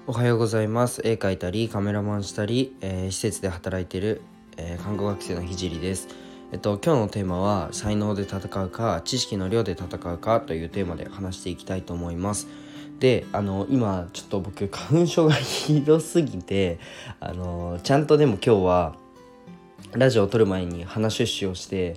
おはようございます。絵描いたりカメラマンしたり、施設で働いている、看護学生のひじりです。今日のテーマは才能で戦うか知識の量で戦うかというテーマで話していきたいと思います。で、今ちょっと僕花粉症がひどすぎてちゃんとでも今日はラジオを撮る前に鼻シュッシュをして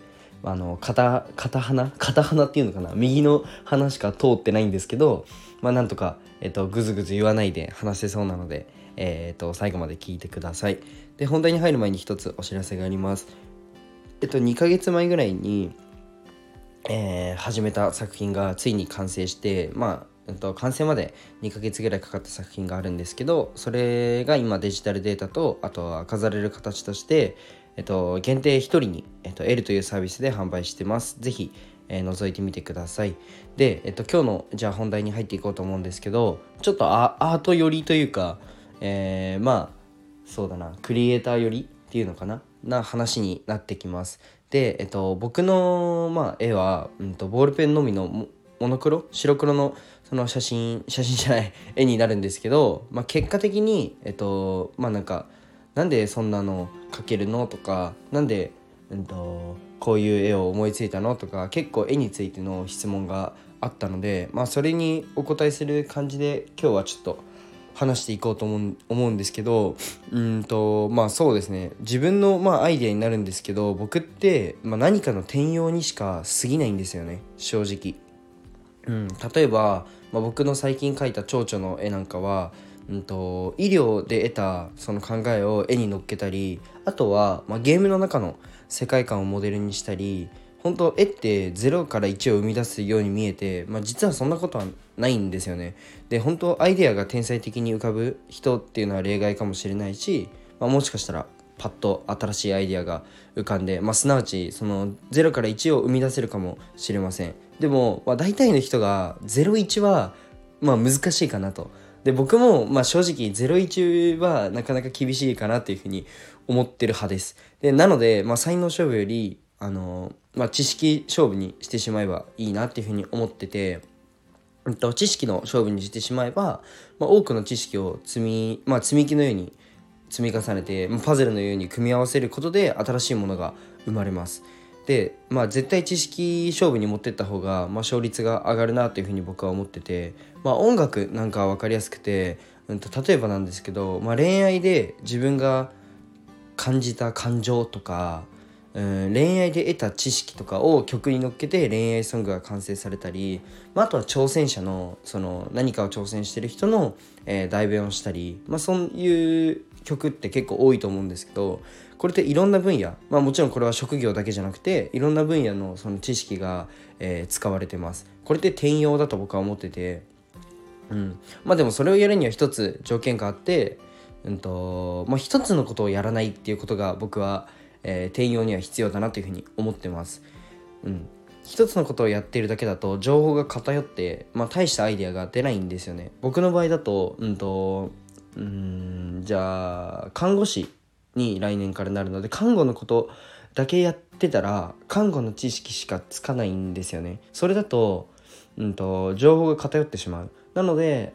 片鼻っていうのかな、右の鼻しか通ってないんですけど、なんとか、ぐずぐず言わないで話せそうなので、最後まで聞いてください。で、本題に入る前に一つお知らせがあります。2ヶ月前ぐらいに、始めた作品がついに完成して、完成まで2ヶ月ぐらいかかった作品があるんですけど、それが今デジタルデータとあとは飾れる形として、限定1人に、L というサービスで販売してます。ぜひ、覗いてみてください。で、今日のじゃあ本題に入っていこうと思うんですけど、ちょっとアート寄りというか、そうだな、クリエイター寄りっていうのかな話になってきます。で、僕の、絵は、ボールペンのみのモノクロ白黒のその写真じゃない絵になるんですけど、結果的になんでそんなの描けるのとか、なんで、こういう絵を思いついたのとか、結構絵についての質問があったので、それにお答えする感じで今日はちょっと話していこうと思うんですけど、そうですね、自分のアイデアになるんですけど、僕って、何かの転用にしか過ぎないんですよね、正直。例えば、僕の最近描いた蝶々の絵なんかは、医療で得たその考えを絵に乗っけたり、あとは、ゲームの中の世界観をモデルにしたり、本当絵って0から1を生み出すように見えて、実はそんなことはないんですよね。で、本当アイデアが天才的に浮かぶ人っていうのは例外かもしれないし、もしかしたらパッと新しいアイデアが浮かんで、すなわちその0から1を生み出せるかもしれません。でも、大体の人が01は難しいかなと。で、僕も正直01はなかなか厳しいかなっていうふうに思ってる派です。で、なので、才能勝負より知識勝負にしてしまえばいいなっていうふうに思ってて、知識の勝負にしてしまえば、多くの知識を積み木のように積み重ねて、パズルのように組み合わせることで新しいものが生まれます。で、絶対知識勝負に持ってった方が、勝率が上がるなというふうに僕は思ってて、音楽なんかは分かりやすくて、例えばなんですけど、恋愛で自分が感じた感情とか、恋愛で得た知識とかを曲に乗っけて恋愛ソングが完成されたり、あとは挑戦者のその何かを挑戦してる人の、代弁をしたり、そういう曲って結構多いと思うんですけど、これっていろんな分野、もちろんこれは職業だけじゃなくていろんな分野のその知識が、使われてます。これって転用だと僕は思ってて、でもそれをやるには一つ条件があって、一つのことをやらないっていうことが僕は、転用には必要だなというふうに思ってます。一つのことをやっているだけだと情報が偏って、大したアイデアが出ないんですよね。僕の場合だと、じゃあ看護師に来年からなるので、看護のことだけやってたら看護の知識しかつかないんですよね。それだと、情報が偏ってしまう。なので、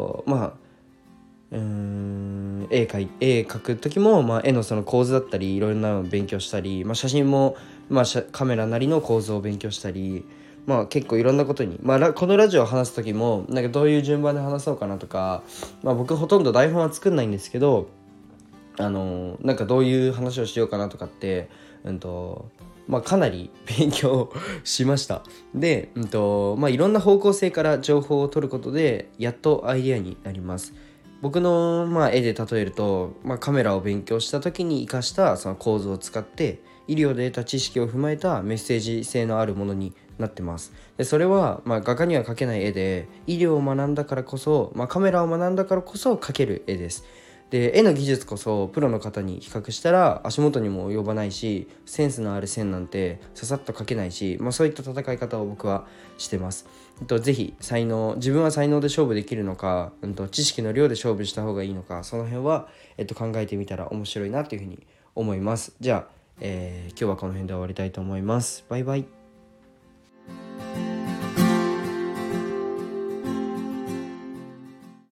絵描く時も、絵のその構図だったりいろんなのを勉強したり、写真も、カメラなりの構図を勉強したり、結構いろんなことに、このラジオを話す時もなんかどういう順番で話そうかなとか、僕ほとんど台本は作んないんですけど、なんかどういう話をしようかなとかって、かなり勉強しました。で、いろんな方向性から情報を取ることでやっとアイデアになります。僕の、絵で例えると、カメラを勉強した時に生かしたその構図を使って医療で得た知識を踏まえたメッセージ性のあるものになってます。で、それは、画家には描けない絵で、医療を学んだからこそ、カメラを学んだからこそ描ける絵です。で、絵の技術こそプロの方に比較したら足元にも及ばないし、センスのある線なんてささっと描けないし、そういった戦い方を僕はしてます。ぜひ自分は才能で勝負できるのか、知識の量で勝負した方がいいのか、その辺は、考えてみたら面白いなというふうに思います。じゃあ、今日はこの辺で終わりたいと思います。バイバイ。